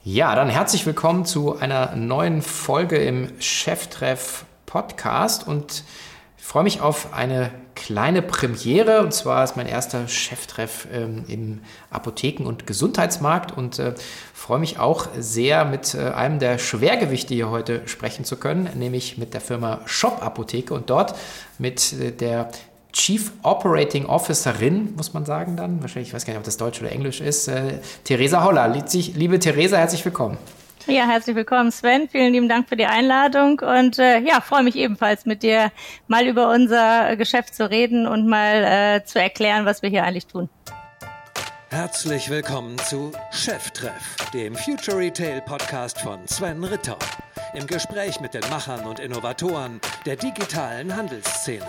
Ja, dann herzlich willkommen zu einer neuen Folge im Cheftreff Podcast und ich freue mich auf eine kleine Premiere, und zwar ist mein erster Cheftreff im Apotheken- und Gesundheitsmarkt und freue mich auch sehr, mit einem der Schwergewichte hier heute sprechen zu können, nämlich mit der Firma Shop Apotheke und dort mit der Chief Operating Officerin, muss man sagen dann, wahrscheinlich, ich weiß gar nicht, ob das Deutsch oder Englisch ist, Theresa Holler. Liebe Theresa, herzlich willkommen. Ja, herzlich willkommen, Sven. Vielen lieben Dank für die Einladung und freue mich ebenfalls, mit dir mal über unser Geschäft zu reden und mal zu erklären, was wir hier eigentlich tun. Herzlich willkommen zu Cheftreff, dem Future Retail Podcast von Sven Ritter. Im Gespräch mit den Machern und Innovatoren der digitalen Handelsszene.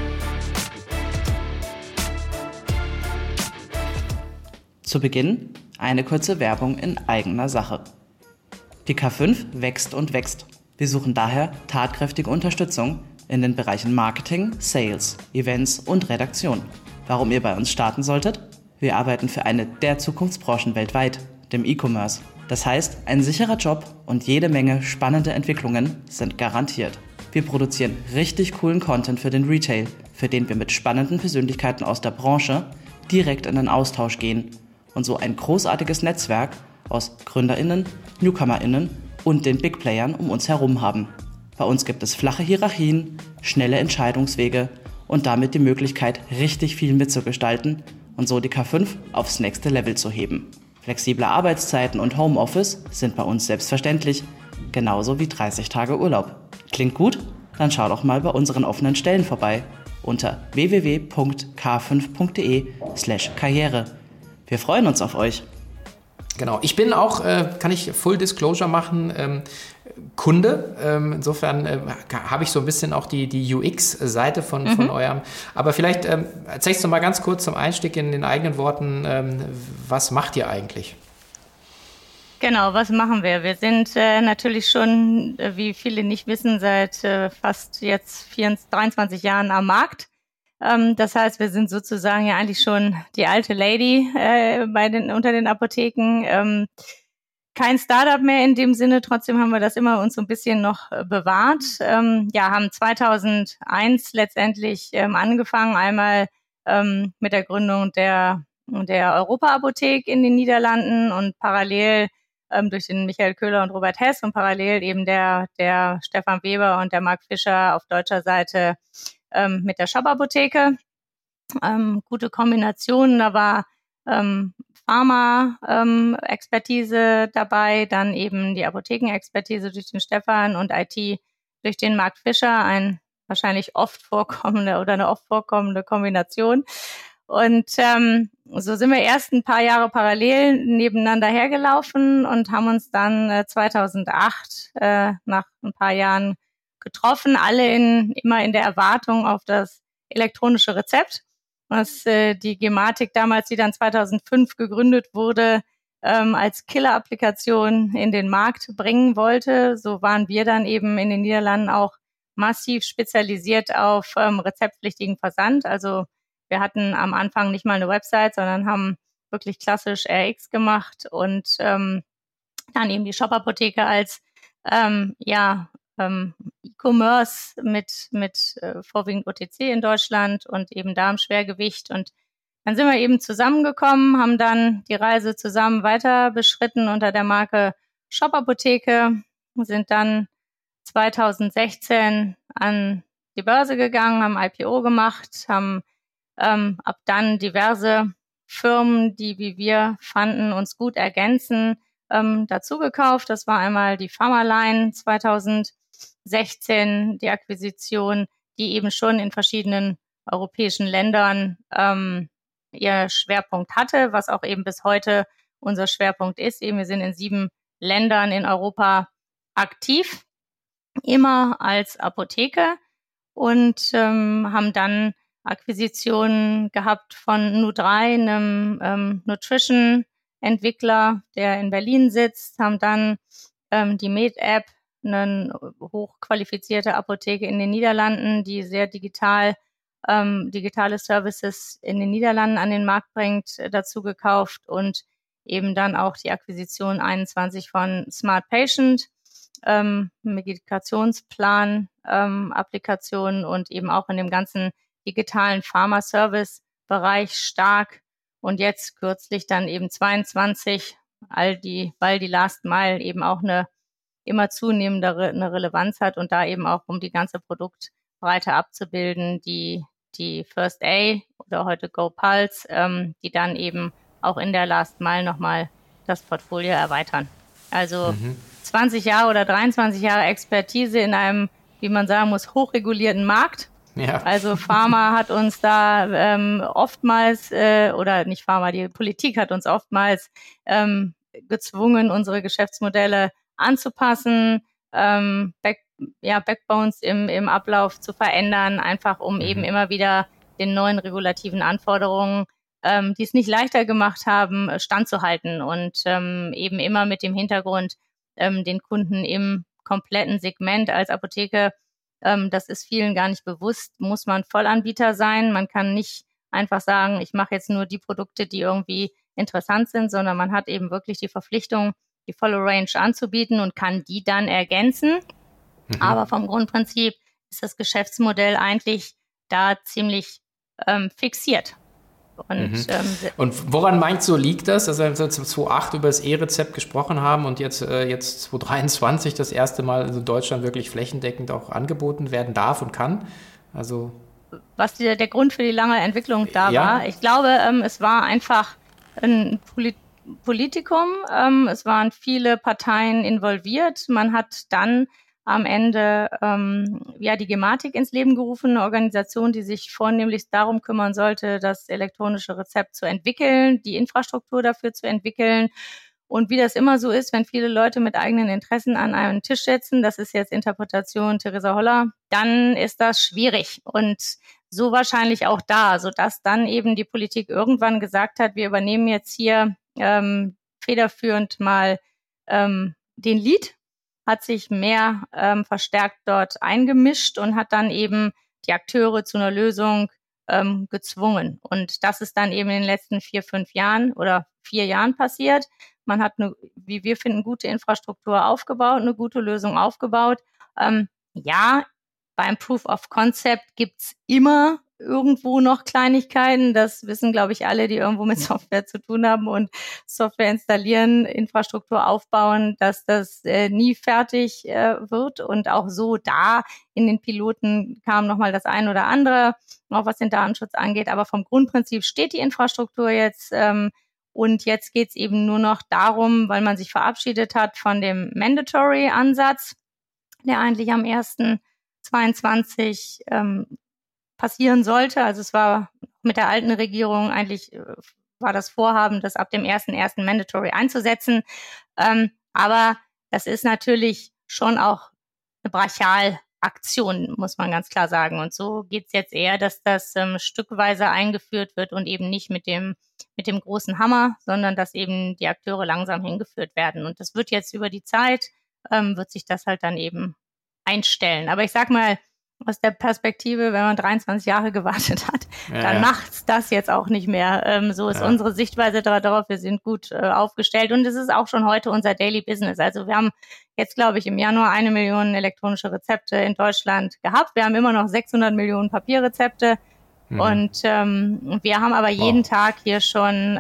Zu Beginn eine kurze Werbung in eigener Sache. Die K5 wächst und wächst. Wir suchen daher tatkräftige Unterstützung in den Bereichen Marketing, Sales, Events und Redaktion. Warum ihr bei uns starten solltet? Wir arbeiten für eine der Zukunftsbranchen weltweit, dem E-Commerce. Das heißt, ein sicherer Job und jede Menge spannende Entwicklungen sind garantiert. Wir produzieren richtig coolen Content für den Retail, für den wir mit spannenden Persönlichkeiten aus der Branche direkt in den Austausch gehen und so ein großartiges Netzwerk aus GründerInnen, NewcomerInnen und den Big Playern um uns herum haben. Bei uns gibt es flache Hierarchien, schnelle Entscheidungswege und damit die Möglichkeit, richtig viel mitzugestalten und so die K5 aufs nächste Level zu heben. Flexible Arbeitszeiten und Homeoffice sind bei uns selbstverständlich, genauso wie 30 Tage Urlaub. Klingt gut? Dann schau doch mal bei unseren offenen Stellen vorbei unter www.k5.de/karriere. Wir freuen uns auf euch. Genau, ich bin auch, kann ich Full Disclosure machen, Kunde. Insofern habe ich so ein bisschen auch die UX-Seite von eurem. Aber vielleicht erzählst du mal ganz kurz zum Einstieg in den eigenen Worten, was macht ihr eigentlich? Genau, was machen wir? Wir sind natürlich schon, wie viele nicht wissen, seit fast jetzt 23 Jahren am Markt. Das heißt, wir sind sozusagen ja eigentlich schon die alte Lady unter den Apotheken. Kein Startup mehr in dem Sinne, trotzdem haben wir das immer uns so ein bisschen noch bewahrt. Haben 2001 letztendlich angefangen, einmal mit der Gründung der Europa-Apothek in den Niederlanden und parallel durch den Michael Köhler und Robert Hess und parallel eben der Stefan Weber und der Marc Fischer auf deutscher Seite mit der Shop Apotheke. Gute Kombination, da war Pharma-Expertise dabei, dann eben die Apothekenexpertise durch den Stefan und IT durch den Marc Fischer, eine oft vorkommende Kombination. Und so sind wir erst ein paar Jahre parallel nebeneinander hergelaufen und haben uns dann 2008 nach ein paar Jahren getroffen, alle immer in der Erwartung auf das elektronische Rezept, was die Gematik damals, die dann 2005 gegründet wurde, als Killer-Applikation in den Markt bringen wollte. So waren wir dann eben in den Niederlanden auch massiv spezialisiert auf rezeptpflichtigen Versand. Also wir hatten am Anfang nicht mal eine Website, sondern haben wirklich klassisch RX gemacht und dann eben die Shop-Apotheke als E-Commerce mit vorwiegend OTC in Deutschland und eben da im Schwergewicht. Und dann sind wir eben zusammengekommen, haben dann die Reise zusammen weiter beschritten unter der Marke Shop Apotheke, sind dann 2016 an die Börse gegangen, haben IPO gemacht, haben ab dann diverse Firmen, die, wie wir fanden, uns gut ergänzen, dazu gekauft. Das war einmal die Pharmaline 2016, die Akquisition, die eben schon in verschiedenen europäischen Ländern ihr Schwerpunkt hatte, was auch eben bis heute unser Schwerpunkt ist. Eben wir sind in 7 Ländern in Europa aktiv, immer als Apotheke und haben dann Akquisitionen gehabt von Nu3, einem Nutrition-Entwickler, der in Berlin sitzt, haben dann die Med-App, eine hochqualifizierte Apotheke in den Niederlanden, die sehr digitale Services in den Niederlanden an den Markt bringt, dazu gekauft und eben dann auch die Akquisition 21 von Smart Patient, Medikationsplan, Applikationen und eben auch in dem ganzen digitalen Pharma-Service-Bereich stark. Und jetzt kürzlich dann eben 22, weil die Last Mile eben auch eine immer zunehmendere eine Relevanz hat und da eben auch, um die ganze Produktbreite abzubilden, die First A oder heute Go Pulse, die dann eben auch in der Last Mile nochmal das Portfolio erweitern. Also 20 Jahre oder 23 Jahre Expertise in einem, wie man sagen muss, hochregulierten Markt. Ja. Also Pharma hat uns da oftmals, oder nicht Pharma, die Politik hat uns oftmals gezwungen, unsere Geschäftsmodelle anzupassen, Backbones im Ablauf zu verändern, einfach um eben immer wieder den neuen regulativen Anforderungen, die es nicht leichter gemacht haben, standzuhalten und eben immer mit dem Hintergrund, den Kunden im kompletten Segment als Apotheke, das ist vielen gar nicht bewusst, muss man Vollanbieter sein. Man kann nicht einfach sagen, ich mache jetzt nur die Produkte, die irgendwie interessant sind, sondern man hat eben wirklich die Verpflichtung, die volle Range anzubieten und kann die dann ergänzen. Aber vom Grundprinzip ist das Geschäftsmodell eigentlich da ziemlich fixiert. Und woran meinst du, liegt das, dass wir 2008 über das E-Rezept gesprochen haben und jetzt 2023 das erste Mal in Deutschland wirklich flächendeckend auch angeboten werden darf und kann? Also was der Grund für die lange Entwicklung da war. Ich glaube, es war einfach ein Politikum. Es waren viele Parteien involviert. Man hat dann am Ende die Gematik ins Leben gerufen, eine Organisation, die sich vornehmlich darum kümmern sollte, das elektronische Rezept zu entwickeln, die Infrastruktur dafür zu entwickeln. Und wie das immer so ist, wenn viele Leute mit eigenen Interessen an einen Tisch setzen, das ist jetzt Interpretation Theresa Holler, dann ist das schwierig. Und so wahrscheinlich auch da, sodass dann eben die Politik irgendwann gesagt hat, wir übernehmen jetzt hier federführend mal den Lead, hat sich mehr verstärkt dort eingemischt und hat dann eben die Akteure zu einer Lösung gezwungen. Und das ist dann eben in den letzten 4 Jahren passiert. Man hat eine, wie wir finden, gute Infrastruktur aufgebaut, eine gute Lösung aufgebaut. Beim Proof of Concept gibt's immer irgendwo noch Kleinigkeiten. Das wissen, glaube ich, alle, die irgendwo mit Software zu tun haben und Software installieren, Infrastruktur aufbauen, dass das nie fertig wird. Und auch so da in den Piloten kam nochmal das ein oder andere, auch was den Datenschutz angeht. Aber vom Grundprinzip steht die Infrastruktur jetzt. Und jetzt geht's eben nur noch darum, weil man sich verabschiedet hat von dem Mandatory-Ansatz, der eigentlich am 1.22 passieren sollte. Also es war mit der alten Regierung eigentlich war das Vorhaben, das ab dem 1.1. Mandatory einzusetzen. Aber das ist natürlich schon auch eine Brachialaktion, muss man ganz klar sagen. Und so geht's jetzt eher, dass das stückweise eingeführt wird und eben nicht mit dem großen Hammer, sondern dass eben die Akteure langsam hingeführt werden. Und das wird jetzt über die Zeit, wird sich das halt dann eben einstellen. Aber ich sag mal, aus der Perspektive, wenn man 23 Jahre gewartet hat, dann macht's das jetzt auch nicht mehr. So ist unsere Sichtweise darauf. Wir sind gut aufgestellt und es ist auch schon heute unser Daily Business. Also wir haben jetzt, glaube ich, im Januar 1 Million elektronische Rezepte in Deutschland gehabt. Wir haben immer noch 600 Millionen Papierrezepte. Und wir haben aber jeden Tag hier schon,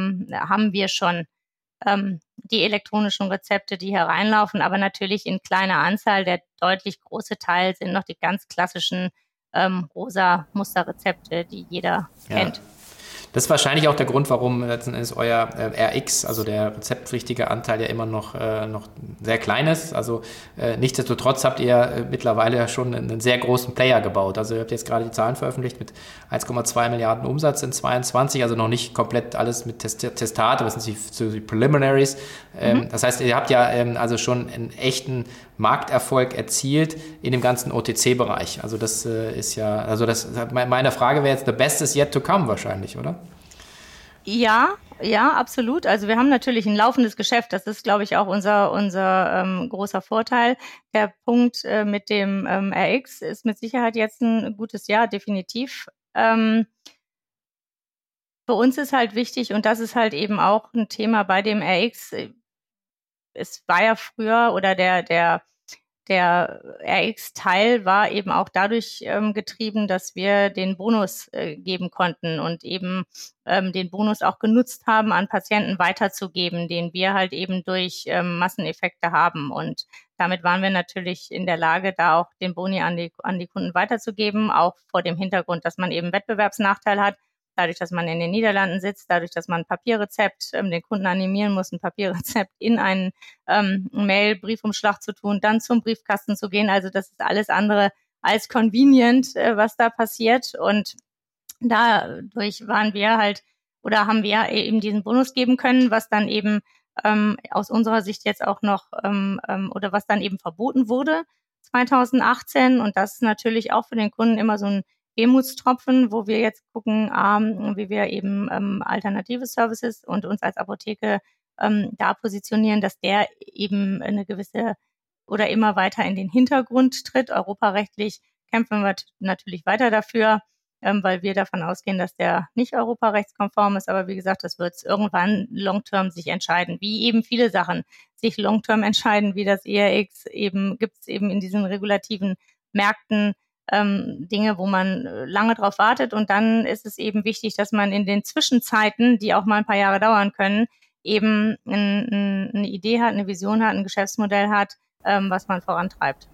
die elektronischen Rezepte, die hier reinlaufen, aber natürlich in kleiner Anzahl. Der deutlich große Teil sind noch die ganz klassischen rosa Musterrezepte, die jeder kennt. Das ist wahrscheinlich auch der Grund, warum letzten Endes euer RX, also der rezeptpflichtige Anteil, ja immer noch sehr klein ist. Also nichtsdestotrotz habt ihr mittlerweile ja schon einen sehr großen Player gebaut. Also ihr habt jetzt gerade die Zahlen veröffentlicht mit 1,2 Milliarden Umsatz in 22, also noch nicht komplett alles mit Testate, was sind die Preliminaries. Das heißt, ihr habt ja also schon einen echten Markterfolg erzielt in dem ganzen OTC-Bereich. Also das ist ja, also das meine Frage wäre jetzt, the best is yet to come wahrscheinlich, oder? Ja, absolut. Also wir haben natürlich ein laufendes Geschäft. Das ist, glaube ich, auch unser großer Vorteil. Der Punkt mit dem RX ist mit Sicherheit jetzt ein gutes Jahr, definitiv. für uns ist halt wichtig, und das ist halt eben auch ein Thema bei dem RX. Es war ja früher, oder der RX-Teil war eben auch dadurch getrieben, dass wir den Bonus geben konnten und eben den Bonus auch genutzt haben, an Patienten weiterzugeben, den wir halt eben durch Masseneffekte haben. Und damit waren wir natürlich in der Lage, da auch den Boni an die Kunden weiterzugeben, auch vor dem Hintergrund, dass man eben Wettbewerbsnachteil hat. Dadurch, dass man in den Niederlanden sitzt, dadurch, dass man ein Papierrezept den Kunden animieren muss, ein Papierrezept in einen Mail-Briefumschlag zu tun, dann zum Briefkasten zu gehen. Also das ist alles andere als convenient, was da passiert. Und dadurch waren wir halt, oder haben wir eben diesen Bonus geben können, was dann eben aus unserer Sicht jetzt auch noch, oder was dann eben verboten wurde 2018. Und das ist natürlich auch für den Kunden immer so ein Wehmutstropfen, wo wir jetzt gucken, wie wir eben alternative Services und uns als Apotheke da positionieren, dass der eben eine gewisse oder immer weiter in den Hintergrund tritt. Europarechtlich kämpfen wir natürlich weiter dafür, weil wir davon ausgehen, dass der nicht europarechtskonform ist. Aber wie gesagt, das wird irgendwann long-term sich entscheiden, wie eben viele Sachen sich long-term entscheiden, wie das ERX eben, gibt es eben in diesen regulativen Märkten Dinge, wo man lange drauf wartet. Und dann ist es eben wichtig, dass man in den Zwischenzeiten, die auch mal ein paar Jahre dauern können, eben eine Idee hat, eine Vision hat, ein Geschäftsmodell hat, was man vorantreibt.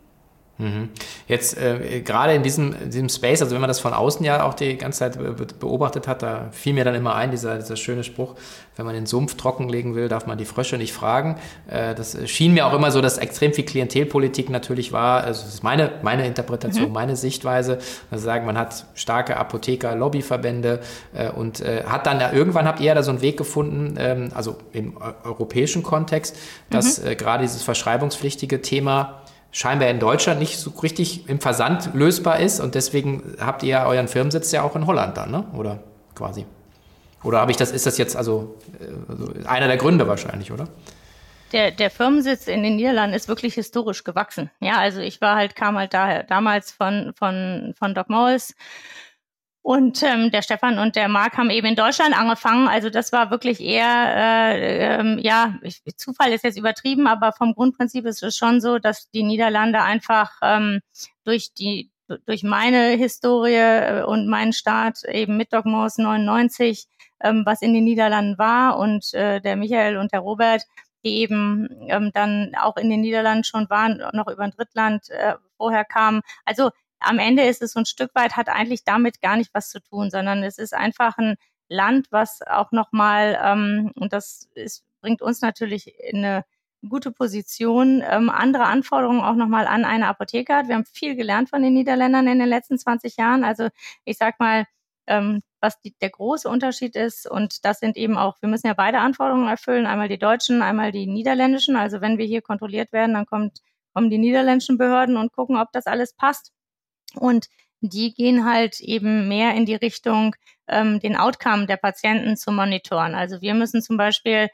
Jetzt gerade in diesem Space, also wenn man das von außen ja auch die ganze Zeit beobachtet hat, da fiel mir dann immer ein, dieser schöne Spruch, wenn man den Sumpf trockenlegen will, darf man die Frösche nicht fragen. Das schien mir auch immer so, dass extrem viel Klientelpolitik natürlich war. Also das ist meine Interpretation, meine Sichtweise. Also sagen, man hat starke Apotheker, Lobbyverbände und hat dann irgendwann habt ihr da so einen Weg gefunden, also im europäischen Kontext, dass gerade dieses verschreibungspflichtige Thema scheinbar in Deutschland nicht so richtig im Versand lösbar ist und deswegen habt ihr euren Firmensitz ja auch in Holland dann, ne? Oder quasi? Oder ist das jetzt also einer der Gründe wahrscheinlich, oder? Der Firmensitz in den Niederlanden ist wirklich historisch gewachsen. Ja, also ich kam halt damals von Doc Moles. Und der Stefan und der Marc haben eben in Deutschland angefangen. Also das war wirklich eher, Zufall ist jetzt übertrieben, aber vom Grundprinzip ist es schon so, dass die Niederlande einfach durch meine Historie und meinen Start eben mit Doc Moores 99, was in den Niederlanden war, und der Michael und der Robert, die eben dann auch in den Niederlanden schon waren, noch über ein Drittland vorher kamen. Also am Ende ist es so ein Stück weit, hat eigentlich damit gar nicht was zu tun, sondern es ist einfach ein Land, was auch nochmal, und das bringt uns natürlich in eine gute Position, andere Anforderungen auch nochmal an eine Apotheke hat. Wir haben viel gelernt von den Niederländern in den letzten 20 Jahren. Also ich sag mal, was der große Unterschied ist, und das sind eben auch, wir müssen ja beide Anforderungen erfüllen, einmal die deutschen, einmal die niederländischen. Also wenn wir hier kontrolliert werden, dann kommen die niederländischen Behörden und gucken, ob das alles passt. Und die gehen halt eben mehr in die Richtung, den Outcome der Patienten zu monitoren. Also wir müssen zum Beispiel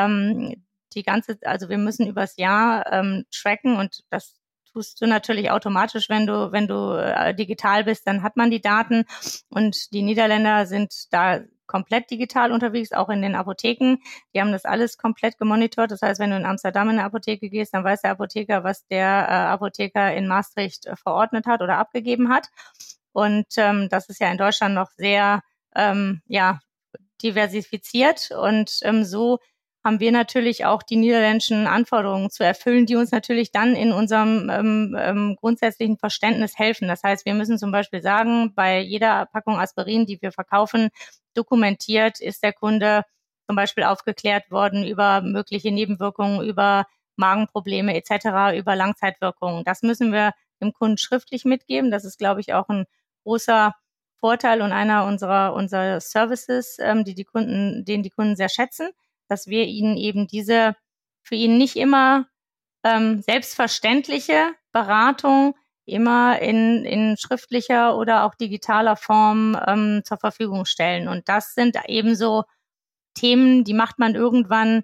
wir müssen übers Jahr tracken, und das tust du natürlich automatisch, wenn du digital bist, dann hat man die Daten, und die Niederländer sind da komplett digital unterwegs, auch in den Apotheken. Die haben das alles komplett gemonitort. Das heißt, wenn du in Amsterdam in eine Apotheke gehst, dann weiß der Apotheker, was der Apotheker in Maastricht verordnet hat oder abgegeben hat. Und das ist ja in Deutschland noch sehr diversifiziert. Und so haben wir natürlich auch die niederländischen Anforderungen zu erfüllen, die uns natürlich dann in unserem grundsätzlichen Verständnis helfen. Das heißt, wir müssen zum Beispiel sagen, bei jeder Packung Aspirin, die wir verkaufen, dokumentiert ist der Kunde zum Beispiel aufgeklärt worden über mögliche Nebenwirkungen, über Magenprobleme etc., über Langzeitwirkungen. Das müssen wir dem Kunden schriftlich mitgeben. Das ist, glaube ich, auch ein großer Vorteil und einer unserer Services, den die Kunden sehr schätzen, dass wir ihnen eben diese für ihn nicht immer selbstverständliche Beratung immer in schriftlicher oder auch digitaler Zur Verfügung stellen. Und das sind eben so Themen, die macht man irgendwann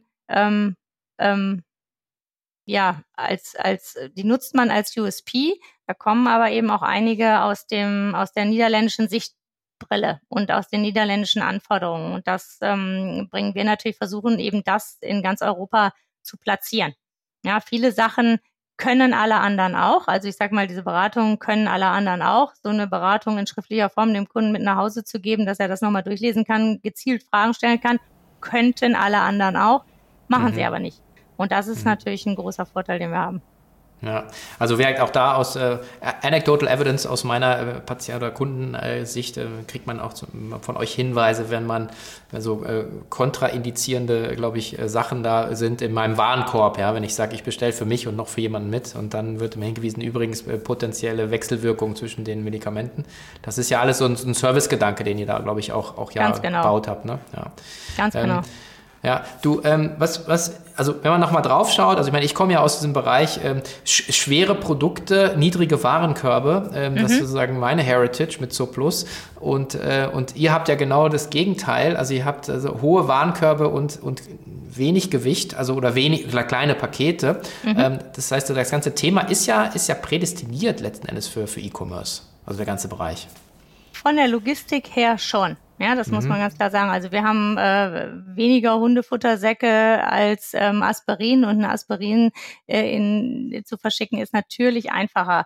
die nutzt man als USP. Da kommen aber eben auch einige aus der niederländischen Sicht Brille und aus den niederländischen Anforderungen. Und das bringen wir natürlich, versuchen eben das in ganz Europa zu platzieren. Ja, viele Sachen können alle anderen auch. Also ich sage mal, diese Beratungen können alle anderen auch. So eine Beratung in schriftlicher Form dem Kunden mit nach Hause zu geben, dass er das nochmal durchlesen kann, gezielt Fragen stellen kann, könnten alle anderen auch, machen sie aber nicht. Und das ist natürlich ein großer Vorteil, den wir haben. Ja, also wirkt auch da aus Anecdotal Evidence aus meiner Patient- oder Kundensicht kriegt man auch von euch Hinweise, wenn so kontraindizierende, glaube ich, Sachen da sind in meinem Warenkorb, ja, wenn ich sage, ich bestelle für mich und noch für jemanden mit und dann wird mir hingewiesen, übrigens potenzielle Wechselwirkung zwischen den Medikamenten. Das ist ja alles so ein Servicegedanke, den ihr da, glaube ich, auch ja gebaut habt, ne? Ja. Ganz genau. Ja, du, also wenn man nochmal drauf schaut, also ich meine, ich komme ja aus diesem Bereich schwere Produkte, niedrige Warenkörbe, das ist sozusagen meine Heritage mit Zooplus und ihr habt ja genau das Gegenteil, also ihr habt also hohe Warenkörbe und wenig Gewicht, also oder kleine Pakete, das heißt, das ganze Thema ist ja prädestiniert letzten Endes für E-Commerce, also der ganze Bereich. Von der Logistik her schon. Ja, das muss man ganz klar sagen. Also wir haben weniger Hundefuttersäcke als Aspirin und eine Aspirin zu verschicken ist natürlich einfacher.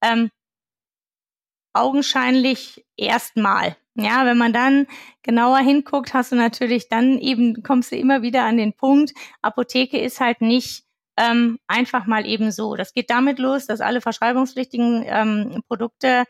Augenscheinlich erstmal. Ja, wenn man dann genauer hinguckt, kommst du immer wieder an den Punkt, Apotheke ist halt nicht einfach mal eben so. Das geht damit los, dass alle verschreibungspflichtigen Produkte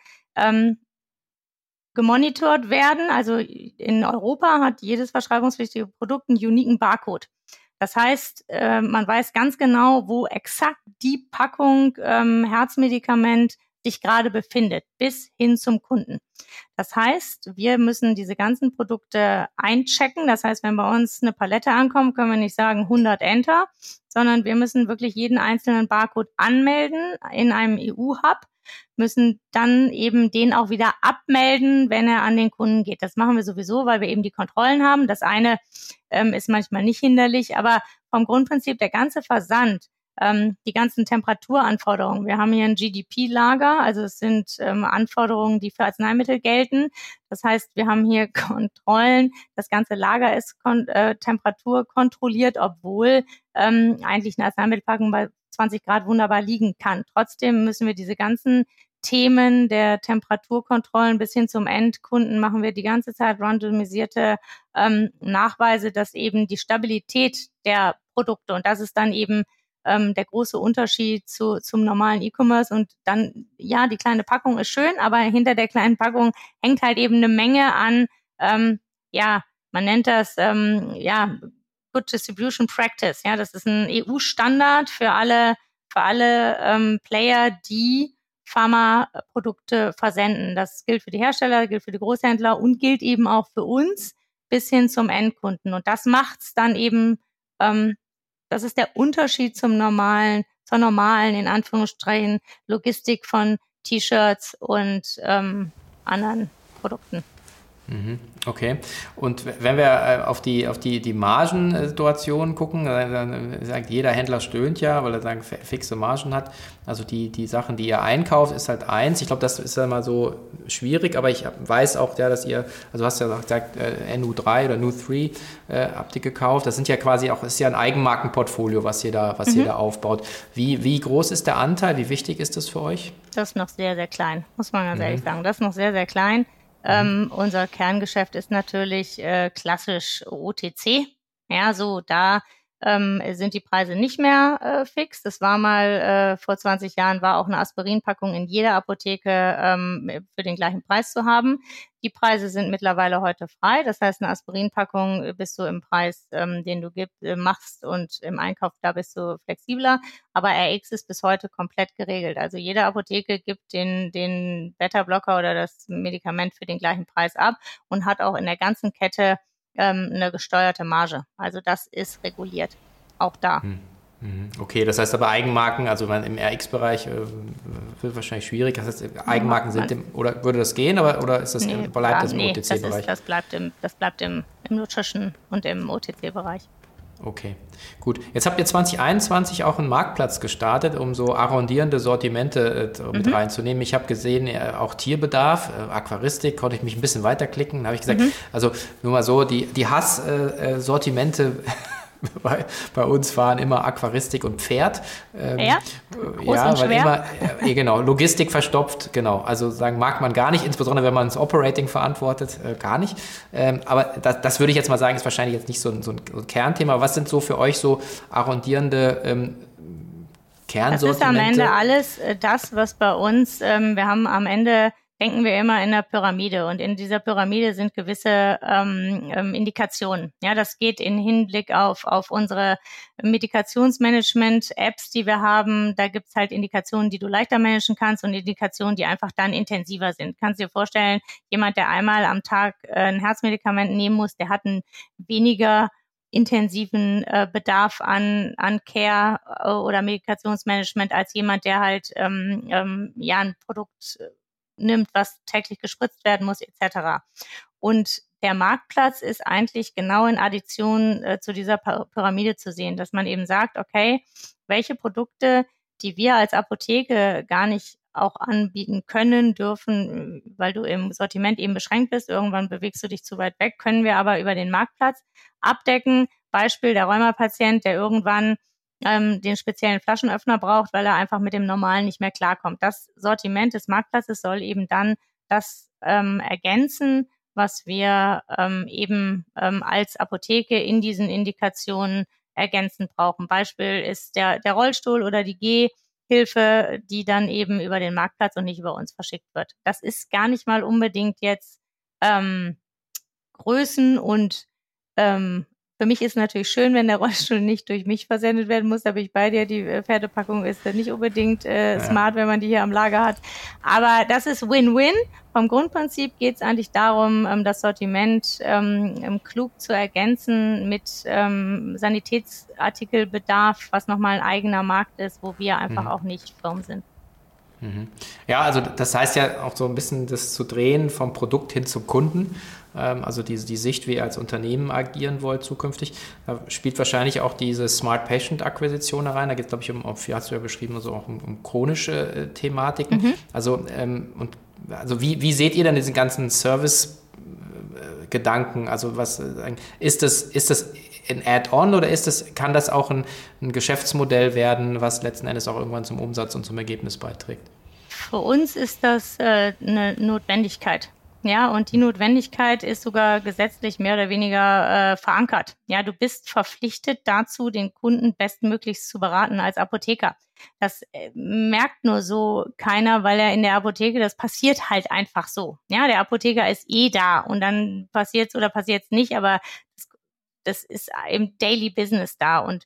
gemonitort werden. Also in Europa hat jedes verschreibungspflichtige Produkt einen uniken Barcode. Das heißt, man weiß ganz genau, wo exakt die Packung Herzmedikament sich gerade befindet, bis hin zum Kunden. Das heißt, wir müssen diese ganzen Produkte einchecken. Das heißt, wenn bei uns eine Palette ankommt, können wir nicht sagen 100 Enter, sondern wir müssen wirklich jeden einzelnen Barcode anmelden in einem EU-Hub, müssen dann eben den auch wieder abmelden, wenn er an den Kunden geht. Das machen wir sowieso, weil wir eben die Kontrollen haben. Das eine ist manchmal nicht hinderlich, aber vom Grundprinzip der ganze Versand, die ganzen Temperaturanforderungen. Wir haben hier ein GDP-Lager, also es sind Anforderungen, die für Arzneimittel gelten. Das heißt, wir haben hier Kontrollen. Das ganze Lager ist temperaturkontrolliert, obwohl eigentlich eine Arzneimittelpackung bei 20 Grad wunderbar liegen kann. Trotzdem müssen wir diese ganzen Themen der Temperaturkontrollen bis hin zum Endkunden machen wir die ganze Zeit randomisierte Nachweise, dass eben die Stabilität der Produkte, und das ist dann eben der große Unterschied zum normalen E-Commerce. Und dann, ja, die kleine Packung ist schön, aber hinter der kleinen Packung hängt halt eben eine Menge an, man nennt das, Good Distribution Practice. Ja, das ist ein EU-Standard für alle Player, die Pharmaprodukte versenden. Das gilt für die Hersteller, gilt für die Großhändler und gilt eben auch für uns bis hin zum Endkunden. Und das macht's dann eben, das ist der Unterschied zur normalen, in Anführungsstrichen, Logistik von T-Shirts und anderen Produkten. Okay. Und wenn wir auf die Margensituation gucken, dann sagt jeder Händler stöhnt ja, weil er sagen fixe Margen hat. Also die Sachen, die ihr einkauft, ist halt eins. Ich glaube, das ist ja mal so schwierig, aber ich weiß auch, ja, dass ihr, also du hast ja gesagt, NU3 oder NU3 habt ihr gekauft. Das sind ja quasi auch, ist ja ein Eigenmarkenportfolio, was ihr da aufbaut. Wie groß ist der Anteil? Wie wichtig ist das für euch? Das ist noch sehr, sehr klein, muss man ganz ehrlich sagen. Das ist noch sehr, sehr klein. Unser Kerngeschäft ist natürlich klassisch OTC. Ja, so da sind die Preise nicht mehr fix. Das war mal vor 20 Jahren war auch eine Aspirinpackung in jeder Apotheke für den gleichen Preis zu haben. Die Preise sind mittlerweile heute frei. Das heißt, eine Aspirinpackung bist du im Preis, den du machst, und im Einkauf, da bist du flexibler. Aber RX ist bis heute komplett geregelt. Also jede Apotheke gibt den Beta-Blocker oder das Medikament für den gleichen Preis ab und hat auch in der ganzen Kette eine gesteuerte Marge. Also das ist reguliert, auch da. Okay, das heißt aber Eigenmarken, also im RX-Bereich wird wahrscheinlich schwierig. Das heißt, Eigenmarken oder würde das gehen, oder ist das bleibt das im OTC-Bereich? Das bleibt im Nutrition und im OTC-Bereich. Okay, gut. Jetzt habt ihr 2021 auch einen Marktplatz gestartet, um so arrondierende Sortimente mit reinzunehmen. Ich habe gesehen, auch Tierbedarf, Aquaristik, konnte ich mich ein bisschen weiterklicken. Da habe ich gesagt, also nur mal so, die Hass-Sortimente bei uns waren immer Aquaristik und Pferd. Groß und schwer. Immer, genau, Logistik verstopft, genau. Also sagen mag man gar nicht, insbesondere wenn man das Operating verantwortet, gar nicht. Aber das würde ich jetzt mal sagen, ist wahrscheinlich jetzt nicht so ein Kernthema. Was sind so für euch so arrondierende Kernsortimente? Das ist am Ende alles das, was bei uns, wir haben am Ende, denken wir immer in der Pyramide, und in dieser Pyramide sind gewisse Indikationen. Ja, das geht in Hinblick auf unsere Medikationsmanagement-Apps, die wir haben. Da gibt's halt Indikationen, die du leichter managen kannst, und Indikationen, die einfach dann intensiver sind. Kannst dir vorstellen, jemand, der einmal am Tag ein Herzmedikament nehmen muss, der hat einen weniger intensiven Bedarf an Care oder Medikationsmanagement als jemand, der halt ein Produkt nimmt, was täglich gespritzt werden muss, etc. Und der Marktplatz ist eigentlich genau in Addition zu dieser Pyramide zu sehen, dass man eben sagt, okay, welche Produkte, die wir als Apotheke gar nicht auch anbieten können, dürfen, weil du im Sortiment eben beschränkt bist, irgendwann bewegst du dich zu weit weg, können wir aber über den Marktplatz abdecken. Beispiel der Rheumapatient, der irgendwann den speziellen Flaschenöffner braucht, weil er einfach mit dem normalen nicht mehr klarkommt. Das Sortiment des Marktplatzes soll eben dann das ergänzen, was wir als Apotheke in diesen Indikationen ergänzend brauchen. Beispiel ist der Rollstuhl oder die Gehhilfe, die dann eben über den Marktplatz und nicht über uns verschickt wird. Das ist gar nicht mal unbedingt jetzt Größen und für mich ist natürlich schön, wenn der Rollstuhl nicht durch mich versendet werden muss. Da bin ich bei dir. Die Pferdepackung ist nicht unbedingt smart, wenn man die hier am Lager hat. Aber das ist Win-Win. Vom Grundprinzip geht es eigentlich darum, das Sortiment klug zu ergänzen mit Sanitätsartikelbedarf, was nochmal ein eigener Markt ist, wo wir einfach auch nicht firm sind. Ja, also das heißt ja auch so ein bisschen das zu drehen vom Produkt hin zum Kunden. Also die Sicht, wie ihr als Unternehmen agieren wollt zukünftig. Da spielt wahrscheinlich auch diese Smart Patient Akquisition rein. Da geht es, glaube ich, hast du ja beschrieben, also auch um chronische Thematiken. Also wie seht ihr denn diesen ganzen Service-Gedanken? Also was ist das ein Add-on oder kann das auch ein Geschäftsmodell werden, was letzten Endes auch irgendwann zum Umsatz und zum Ergebnis beiträgt? Für uns ist das eine Notwendigkeit. Ja, und die Notwendigkeit ist sogar gesetzlich mehr oder weniger verankert. Ja, du bist verpflichtet dazu, den Kunden bestmöglichst zu beraten als Apotheker. Das merkt nur so keiner, weil er in der Apotheke, das passiert halt einfach so. Ja, der Apotheker ist da und dann passiert's oder passiert's nicht, aber das ist im Daily Business da. Und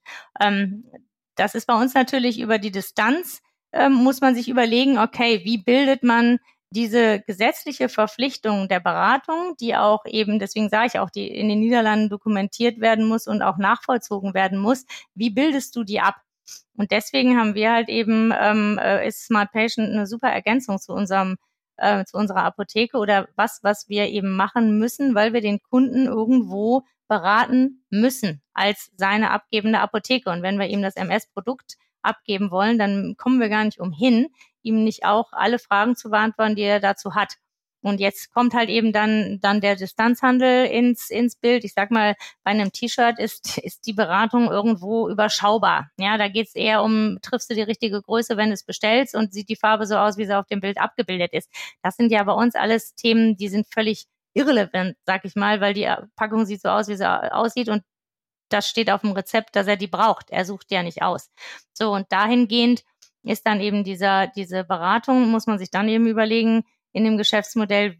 das ist bei uns natürlich über die Distanz, muss man sich überlegen, okay, wie bildet man diese gesetzliche Verpflichtung der Beratung, die auch eben, deswegen sage ich auch, die in den Niederlanden dokumentiert werden muss und auch nachvollzogen werden muss, wie bildest du die ab? Und deswegen haben wir halt eben, ist Smart Patient eine super Ergänzung zu unserer Apotheke oder was wir eben machen müssen, weil wir den Kunden irgendwo beraten müssen als seine abgebende Apotheke. Und wenn wir ihm das MS-Produkt abgeben wollen, dann kommen wir gar nicht umhin, ihm nicht auch alle Fragen zu beantworten, die er dazu hat. Und jetzt kommt halt eben dann der Distanzhandel ins Bild. Ich sag mal, bei einem T-Shirt ist die Beratung irgendwo überschaubar. Ja, da geht's eher um, triffst du die richtige Größe, wenn du es bestellst und sieht die Farbe so aus, wie sie auf dem Bild abgebildet ist. Das sind ja bei uns alles Themen, die sind völlig irrelevant, sag ich mal, weil die Packung sieht so aus, wie sie aussieht und das steht auf dem Rezept, dass er die braucht. Er sucht ja nicht aus. So, und dahingehend ist dann eben diese Beratung, muss man sich dann eben überlegen, in dem Geschäftsmodell,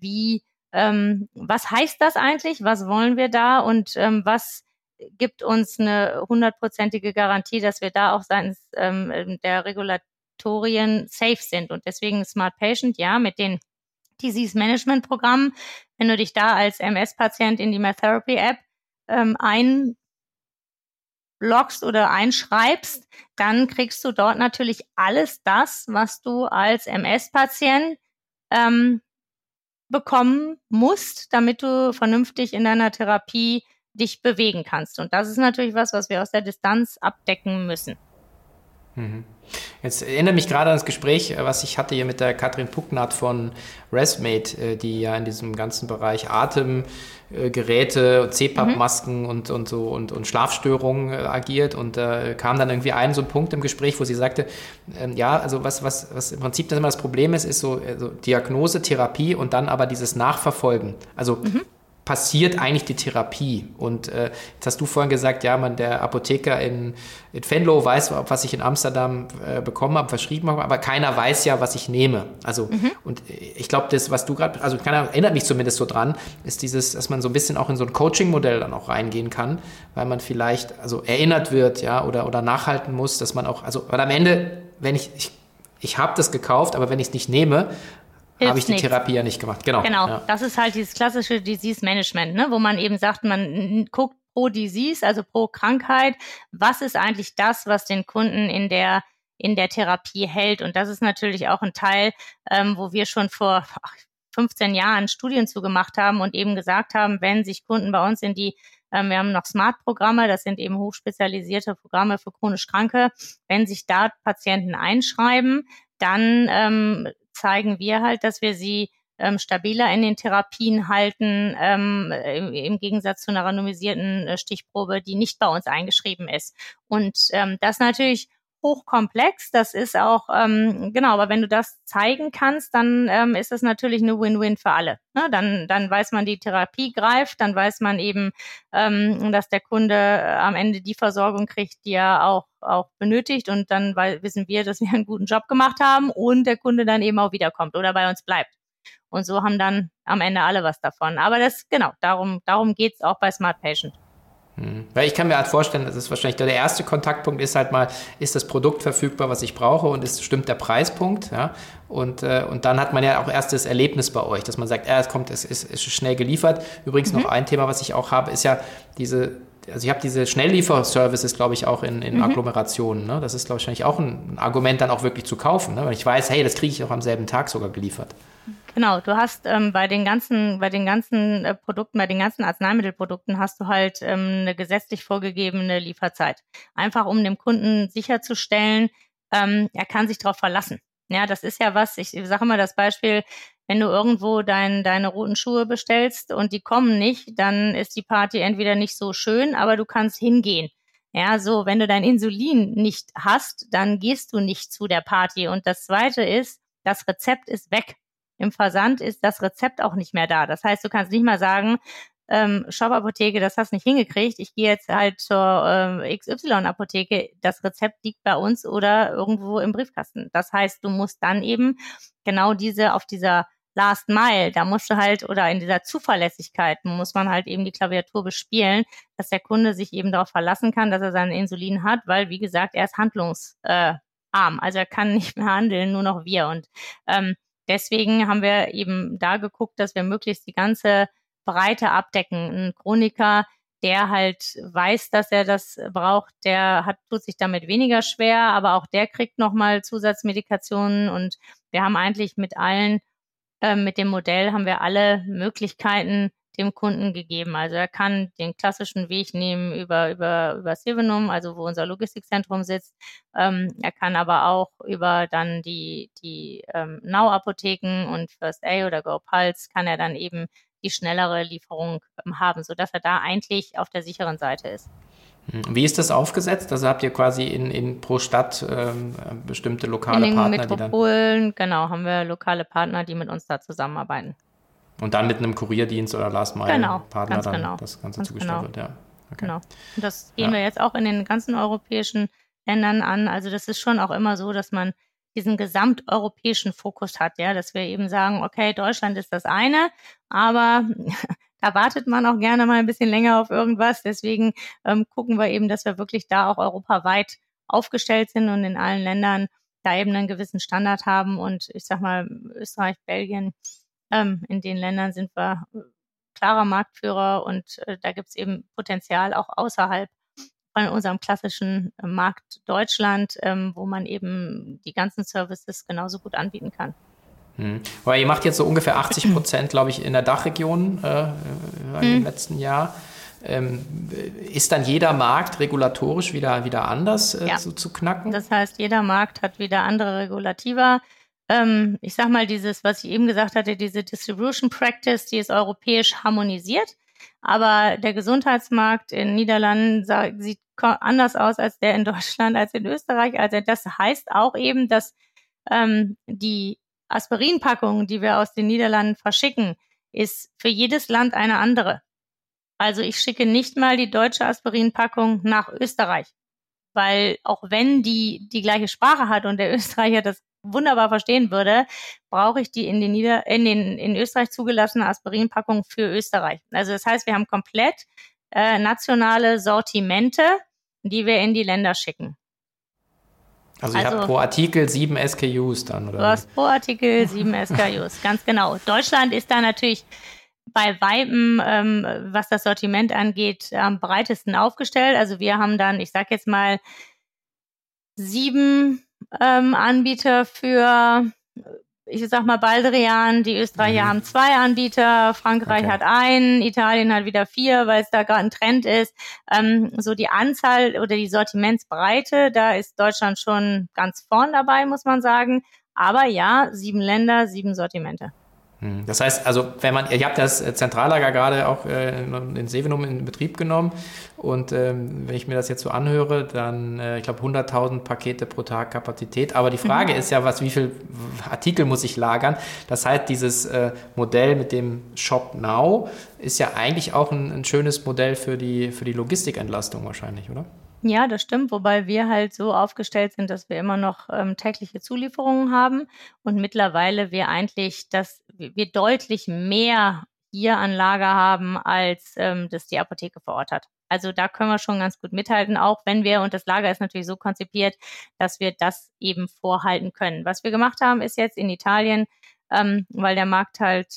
was heißt das eigentlich? Was wollen wir da? Und was gibt uns eine 100%ige Garantie, dass wir da auch seitens der Regulatorien safe sind? Und deswegen Smart Patient, ja, mit den Disease Management Programmen, wenn du dich da als MS-Patient in die MyTherapy App einloggst oder einschreibst, dann kriegst du dort natürlich alles das, was du als MS-Patient bekommen musst, damit du vernünftig in deiner Therapie dich bewegen kannst. Und das ist natürlich was wir aus der Distanz abdecken müssen. Jetzt erinnere mich gerade an das Gespräch, was ich hatte hier mit der Katrin Pucknath von Resmate, die ja in diesem ganzen Bereich Atemgeräte, CPAP-Masken und Schlafstörungen agiert, und kam dann irgendwie so ein Punkt im Gespräch, wo sie sagte, also was im Prinzip das immer das Problem ist so Diagnose, Therapie und dann aber dieses Nachverfolgen. Also passiert eigentlich die Therapie. Und jetzt hast du vorhin gesagt, der Apotheker in Venlo weiß, was ich in Amsterdam bekommen habe, verschrieben habe, aber keiner weiß ja, was ich nehme. Also, und ich glaube, das, was du gerade, also keiner erinnert mich zumindest so dran, ist dieses, dass man so ein bisschen auch in so ein Coaching-Modell dann auch reingehen kann, weil man vielleicht erinnert wird, oder nachhalten muss, dass man auch, weil am Ende, wenn ich habe das gekauft, aber wenn ich es nicht nehme, habe ich die Therapie ja nicht gemacht. Genau. Das ist halt dieses klassische Disease Management, ne? Wo man eben sagt, man guckt pro Disease, also pro Krankheit, was ist eigentlich das, was den Kunden in der Therapie hält. Und das ist natürlich auch ein Teil, wo wir schon vor 15 Jahren Studien zugemacht haben und eben gesagt haben, wenn sich Kunden bei uns wir haben noch Smart-Programme, das sind eben hochspezialisierte Programme für chronisch Kranke, wenn sich da Patienten einschreiben, dann zeigen wir halt, dass wir sie stabiler in den Therapien halten, im Gegensatz zu einer randomisierten Stichprobe, die nicht bei uns eingeschrieben ist. Und das ist natürlich hochkomplex, das ist auch, aber wenn du das zeigen kannst, dann ist das natürlich eine Win-Win für alle. Ne? Dann weiß man, die Therapie greift, dann weiß man eben, dass der Kunde am Ende die Versorgung kriegt, die er auch benötigt, und dann wissen wir, dass wir einen guten Job gemacht haben und der Kunde dann eben auch wiederkommt oder bei uns bleibt. Und so haben dann am Ende alle was davon. Aber darum geht's auch bei Smart Patient. Weil ich kann mir halt vorstellen, das ist wahrscheinlich der erste Kontaktpunkt, ist halt mal, ist das Produkt verfügbar, was ich brauche, und stimmt der Preispunkt, und dann hat man ja auch erst das Erlebnis bei euch, dass man sagt, es ist schnell geliefert. Übrigens noch ein Thema, was ich auch habe, ist ja ich habe diese Schnelllieferservices, glaube ich, auch in Agglomerationen, ne? Das ist, glaube ich, wahrscheinlich auch ein Argument, dann auch wirklich zu kaufen, ne? Weil ich weiß, hey, das kriege ich auch am selben Tag sogar geliefert. Genau, du hast bei den ganzen Produkten, bei den ganzen Arzneimittelprodukten hast du halt eine gesetzlich vorgegebene Lieferzeit. Einfach um dem Kunden sicherzustellen, er kann sich darauf verlassen. Ja, das ist ja was, ich sage immer das Beispiel, wenn du irgendwo deine roten Schuhe bestellst und die kommen nicht, dann ist die Party entweder nicht so schön, aber du kannst hingehen. Ja, so, wenn du dein Insulin nicht hast, dann gehst du nicht zu der Party. Und das Zweite ist, das Rezept ist weg. Im Versand ist das Rezept auch nicht mehr da. Das heißt, du kannst nicht mal sagen, Shop-Apotheke, das hast du nicht hingekriegt. Ich gehe jetzt halt zur XY-Apotheke. Das Rezept liegt bei uns oder irgendwo im Briefkasten. Das heißt, du musst dann eben genau auf dieser Last Mile, da musst du halt, oder in dieser Zuverlässigkeit muss man halt eben die Klaviatur bespielen, dass der Kunde sich eben darauf verlassen kann, dass er sein Insulin hat, weil, wie gesagt, er ist handlungsarm. Also er kann nicht mehr handeln, nur noch wir. Und deswegen haben wir eben da geguckt, dass wir möglichst die ganze Breite abdecken. Ein Chroniker, der halt weiß, dass er das braucht, tut sich damit weniger schwer, aber auch der kriegt nochmal Zusatzmedikationen, und wir haben eigentlich mit dem Modell haben wir alle Möglichkeiten dem Kunden gegeben. Also er kann den klassischen Weg nehmen über Sevenum, also wo unser Logistikzentrum sitzt. Er kann aber auch über dann die Now-Apotheken und First A oder GoPuls kann er dann eben die schnellere Lieferung haben, sodass er da eigentlich auf der sicheren Seite ist. Wie ist das aufgesetzt? Also habt ihr quasi pro Stadt bestimmte lokale Partner? In den Metropolen, genau, haben wir lokale Partner, die mit uns da zusammenarbeiten. Und dann mit einem Kurierdienst oder Last-Mile-Partner das Ganze zugestellt wird. Ja. Okay. Genau. Und das gehen wir jetzt auch in den ganzen europäischen Ländern an. Also das ist schon auch immer so, dass man diesen gesamteuropäischen Fokus hat, ja, dass wir eben sagen, okay, Deutschland ist das eine, aber da wartet man auch gerne mal ein bisschen länger auf irgendwas. Deswegen gucken wir eben, dass wir wirklich da auch europaweit aufgestellt sind und in allen Ländern da eben einen gewissen Standard haben. Und ich sag mal, Österreich, Belgien, in den Ländern sind wir klarer Marktführer, und da gibt es eben Potenzial auch außerhalb von unserem klassischen Markt Deutschland, wo man eben die ganzen Services genauso gut anbieten kann. Aber ihr macht jetzt so ungefähr 80%, glaube ich, in der Dachregion im letzten Jahr. Ist dann jeder Markt regulatorisch wieder anders zu knacken? Das heißt, jeder Markt hat wieder andere Regulativa. Ich sag mal, dieses, was ich eben gesagt hatte, diese Distribution Practice, die ist europäisch harmonisiert. Aber der Gesundheitsmarkt in Niederlanden sieht anders aus als der in Deutschland, als in Österreich. Also das heißt auch eben, dass die Aspirinpackung, die wir aus den Niederlanden verschicken, ist für jedes Land eine andere. Also ich schicke nicht mal die deutsche Aspirinpackung nach Österreich, weil auch wenn die gleiche Sprache hat und der Österreicher das wunderbar verstehen würde, brauche ich die in Österreich zugelassene Aspirinpackung für Österreich. Also das heißt, wir haben komplett nationale Sortimente, die wir in die Länder schicken. Also ihr habt pro Artikel 7 SKUs dann, oder? Du hast pro Artikel 7 SKUs, ganz genau. Deutschland ist da natürlich bei Weitem, was das Sortiment angeht, am breitesten aufgestellt. Also wir haben dann, ich sag jetzt mal, 7 Anbieter für, ich sag mal, Baldrian. Die Österreicher haben 2 Anbieter, Frankreich hat einen, Italien hat wieder 4, weil es da gerade ein Trend ist. So die Anzahl oder die Sortimentsbreite, da ist Deutschland schon ganz vorn dabei, muss man sagen. Aber ja, 7 Länder, 7 Sortimente. Das heißt, also ihr habt das Zentrallager gerade auch in Sevenum in Betrieb genommen und wenn ich mir das jetzt so anhöre, dann, ich glaube, 100.000 Pakete pro Tag Kapazität. Aber die Frage ist ja, wie viel Artikel muss ich lagern? Das heißt, dieses Modell mit dem Shop Now ist ja eigentlich auch ein schönes Modell für die Logistikentlastung wahrscheinlich, oder? Ja, das stimmt, wobei wir halt so aufgestellt sind, dass wir immer noch tägliche Zulieferungen haben und mittlerweile wir deutlich mehr hier an Lager haben, als das die Apotheke vor Ort hat. Also da können wir schon ganz gut mithalten, auch wenn und das Lager ist natürlich so konzipiert, dass wir das eben vorhalten können. Was wir gemacht haben, ist jetzt in Italien, weil der Markt halt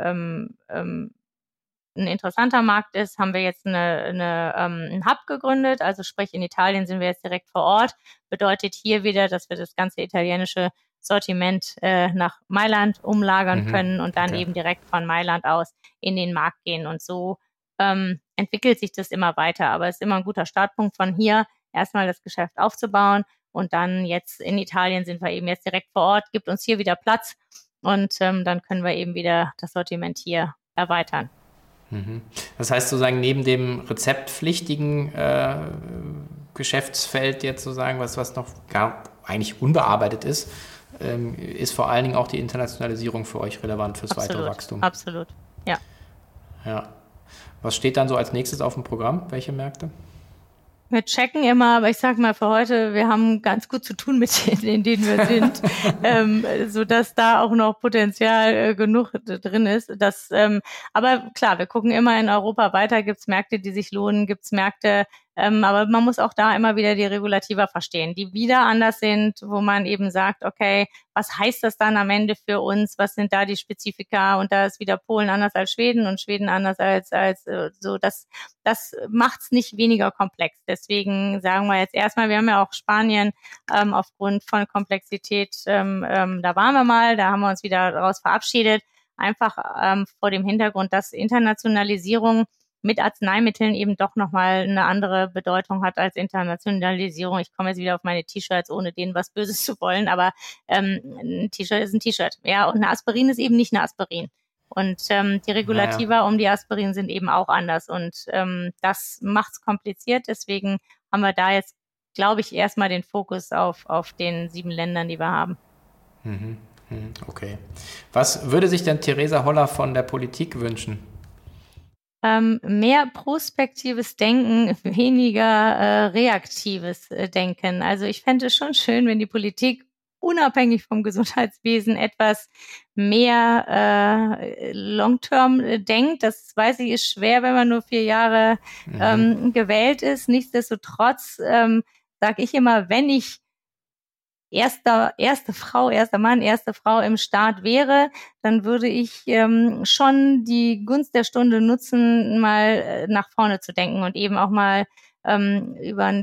ein interessanter Markt ist, haben wir jetzt einen Hub gegründet. Also sprich, in Italien sind wir jetzt direkt vor Ort. Bedeutet hier wieder, dass wir das ganze italienische Sortiment nach Mailand umlagern können und dann eben direkt von Mailand aus in den Markt gehen. Und so entwickelt sich das immer weiter. Aber es ist immer ein guter Startpunkt von hier, erstmal das Geschäft aufzubauen. Und dann jetzt in Italien sind wir eben jetzt direkt vor Ort, gibt uns hier wieder Platz. Und dann können wir eben wieder das Sortiment hier erweitern. Das heißt sozusagen neben dem rezeptpflichtigen Geschäftsfeld jetzt sozusagen, was noch gar eigentlich unbearbeitet ist, ist vor allen Dingen auch die Internationalisierung für euch relevant fürs weitere Wachstum. Absolut, ja. Ja. Was steht dann so als nächstes auf dem Programm? Welche Märkte? Wir checken immer, aber ich sag mal für heute, wir haben ganz gut zu tun mit denen, in denen wir sind, so dass da auch noch Potenzial genug drin ist. Aber klar, wir gucken immer in Europa weiter. Gibt's Märkte, die sich lohnen? Gibt's Märkte? Aber man muss auch da immer wieder die Regulativa verstehen, die wieder anders sind, wo man eben sagt, okay, was heißt das dann am Ende für uns? Was sind da die Spezifika? Und da ist wieder Polen anders als Schweden und Schweden anders als so. Das macht's nicht weniger komplex. Deswegen sagen wir jetzt erstmal, wir haben ja auch Spanien aufgrund von Komplexität, da waren wir mal, da haben wir uns wieder daraus verabschiedet, einfach vor dem Hintergrund, dass Internationalisierung mit Arzneimitteln eben doch nochmal eine andere Bedeutung hat als Internationalisierung. Ich komme jetzt wieder auf meine T-Shirts, ohne denen was Böses zu wollen, aber ein T-Shirt ist ein T-Shirt. Ja, und eine Aspirin ist eben nicht eine Aspirin. Und die Regulativa um die Aspirin sind eben auch anders. Und das macht's kompliziert. Deswegen haben wir da jetzt, glaube ich, erstmal den Fokus auf den 7 Ländern, die wir haben. Okay. Was würde sich denn Theresa Holler von der Politik wünschen? Mehr prospektives Denken, weniger reaktives Denken. Also ich fände es schon schön, wenn die Politik unabhängig vom Gesundheitswesen etwas mehr long-term denkt. Das weiß ich, ist schwer, wenn man nur 4 Jahre gewählt ist. Nichtsdestotrotz sage ich immer, wenn ich erster Mann, erste Frau im Staat wäre, dann würde ich schon die Gunst der Stunde nutzen, mal nach vorne zu denken und eben auch mal über einen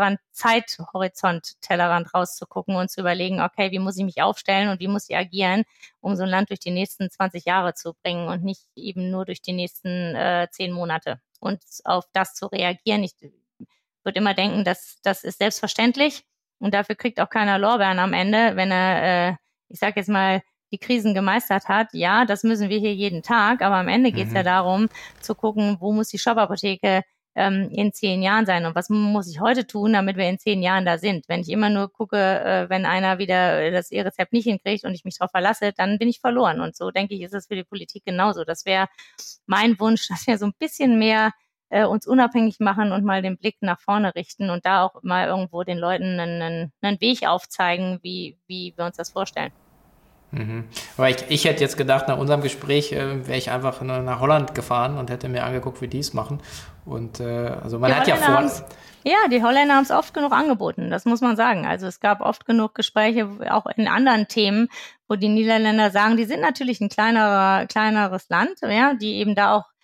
Tellerrand rauszugucken und zu überlegen, okay, wie muss ich mich aufstellen und wie muss ich agieren, um so ein Land durch die nächsten 20 Jahre zu bringen und nicht eben nur durch die nächsten 10 Monate. Und auf das zu reagieren, ich würde immer denken, das ist selbstverständlich und dafür kriegt auch keiner Lorbeeren am Ende, wenn er, ich sage jetzt mal, die Krisen gemeistert hat. Ja, das müssen wir hier jeden Tag, aber am Ende geht es ja darum, zu gucken, wo muss die Shop-Apotheke in 10 Jahren sein und was muss ich heute tun, damit wir in 10 Jahren da sind. Wenn ich immer nur gucke, wenn einer wieder das E-Rezept nicht hinkriegt und ich mich darauf verlasse, dann bin ich verloren. Und so, denke ich, ist es für die Politik genauso. Das wäre mein Wunsch, dass wir so ein bisschen mehr uns unabhängig machen und mal den Blick nach vorne richten und da auch mal irgendwo den Leuten einen Weg aufzeigen, wie wir uns das vorstellen. Aber ich hätte jetzt gedacht, nach unserem Gespräch wäre ich einfach nach Holland gefahren und hätte mir angeguckt, wie die es machen. Und also man hat ja vor... Ja, die Holländer haben es oft genug angeboten, das muss man sagen. Also es gab oft genug Gespräche, auch in anderen Themen, wo die Niederländer sagen, die sind natürlich ein kleineres Land, ja, die eben da auch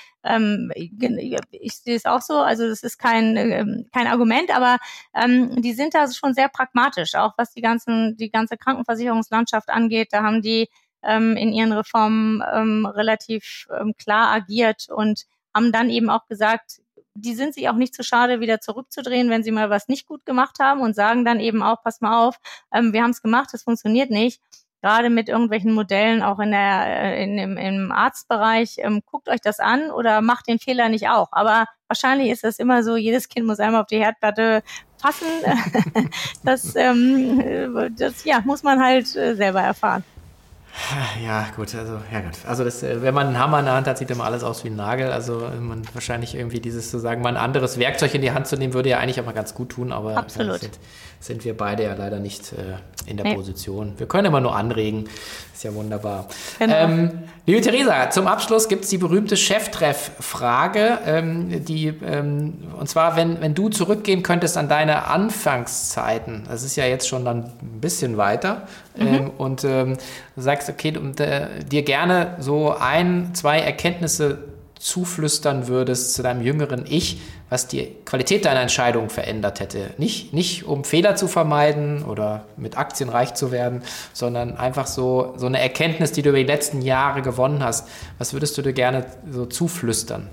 ich sehe es auch so, also das ist kein Argument, aber die sind da schon sehr pragmatisch, auch was die ganze Krankenversicherungslandschaft angeht. Da haben die in ihren Reformen relativ klar agiert und haben dann eben auch gesagt, die sind sich auch nicht zu schade, wieder zurückzudrehen, wenn sie mal was nicht gut gemacht haben und sagen dann eben auch, pass mal auf, wir haben es gemacht, das funktioniert nicht. Gerade mit irgendwelchen Modellen auch im Arztbereich, guckt euch das an oder macht den Fehler nicht auch. Aber wahrscheinlich ist das immer so, jedes Kind muss einmal auf die Herdplatte fassen. Das muss man halt selber erfahren. Ja, gut, also das, wenn man einen Hammer in der Hand hat, sieht immer alles aus wie ein Nagel. Also man wahrscheinlich irgendwie dieses zu sagen, mal ein anderes Werkzeug in die Hand zu nehmen, würde ja eigentlich auch mal ganz gut tun, aber absolut. Sind wir beide ja leider nicht in der Position. Wir können immer nur anregen. Ist ja wunderbar. Genau. Liebe Theresa, zum Abschluss gibt es die berühmte Cheftreff-Frage, und zwar, wenn du zurückgehen könntest an deine Anfangszeiten, das ist ja jetzt schon dann ein bisschen weiter, und du sagst, okay, dir gerne so 1-2 Erkenntnisse zuflüstern würdest zu deinem jüngeren Ich, was die Qualität deiner Entscheidung verändert hätte. Nicht um Fehler zu vermeiden oder mit Aktien reich zu werden, sondern einfach so eine Erkenntnis, die du über die letzten Jahre gewonnen hast. Was würdest du dir gerne so zuflüstern?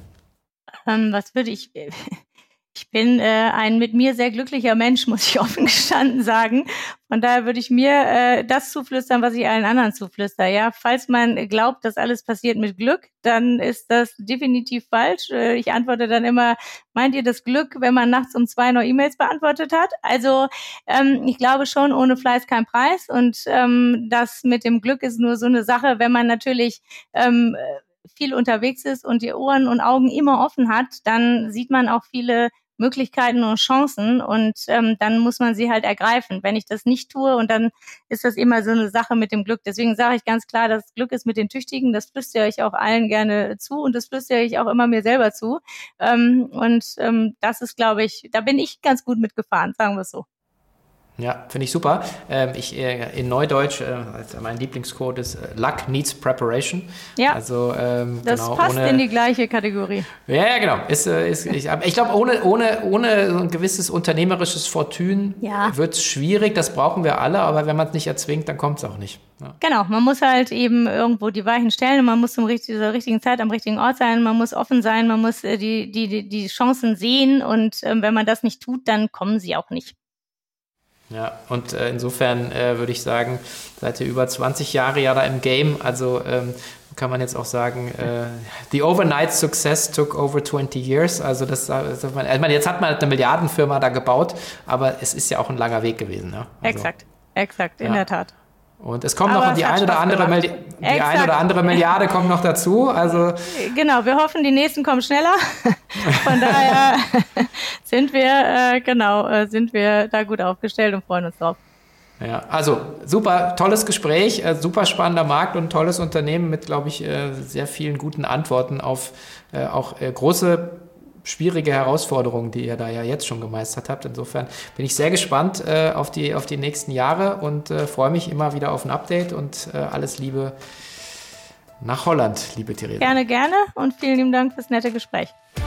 Ich bin ein mit mir sehr glücklicher Mensch, muss ich offen gestanden sagen. Von daher würde ich mir das zuflüstern, was ich allen anderen zuflüstere. Ja, falls man glaubt, dass alles passiert mit Glück, dann ist das definitiv falsch. Ich antworte dann immer, meint ihr das Glück, wenn man nachts um 2 noch E-Mails beantwortet hat? Also ich glaube schon, ohne Fleiß kein Preis. Und das mit dem Glück ist nur so eine Sache, wenn man natürlich viel unterwegs ist und die Ohren und Augen immer offen hat, dann sieht man auch viele Möglichkeiten und Chancen und dann muss man sie halt ergreifen. Wenn ich das nicht tue und dann ist das immer so eine Sache mit dem Glück. Deswegen sage ich ganz klar, das Glück ist mit den Tüchtigen, das flüstere ich auch allen gerne zu und das flüstere ich auch immer mir selber zu. Das ist, glaube ich, da bin ich ganz gut mitgefahren, sagen wir es so. Ja, finde ich super. In Neudeutsch, mein Lieblingsquote ist Luck needs preparation. Ja, also, das passt in die gleiche Kategorie. Ja, genau. Ich glaube, ohne so ein gewisses unternehmerisches Fortune wird es schwierig. Das brauchen wir alle, aber wenn man es nicht erzwingt, dann kommt es auch nicht. Ja. Genau, man muss halt eben irgendwo die Weichen stellen und man muss zur richtigen Zeit am richtigen Ort sein, man muss offen sein, man muss die Chancen sehen und wenn man das nicht tut, dann kommen sie auch nicht. Ja, und insofern würde ich sagen, seid ihr über 20 Jahre ja da im Game, also kann man jetzt auch sagen, the overnight success took over 20 years, also jetzt hat man eine Milliardenfirma da gebaut, aber es ist ja auch ein langer Weg gewesen. Ja? Also, exakt, in der Tat. Und es kommt noch die eine oder andere Milliarde kommt noch dazu. Also genau, wir hoffen, die nächsten kommen schneller. Von daher sind wir da gut aufgestellt und freuen uns drauf. Ja, also super tolles Gespräch, super spannender Markt und ein tolles Unternehmen mit, glaube ich, sehr vielen guten Antworten auf auch große schwierige Herausforderungen, die ihr da ja jetzt schon gemeistert habt. Insofern bin ich sehr gespannt auf die nächsten Jahre und freue mich immer wieder auf ein Update und alles Liebe nach Holland, liebe Theresa. Gerne und vielen lieben Dank fürs nette Gespräch.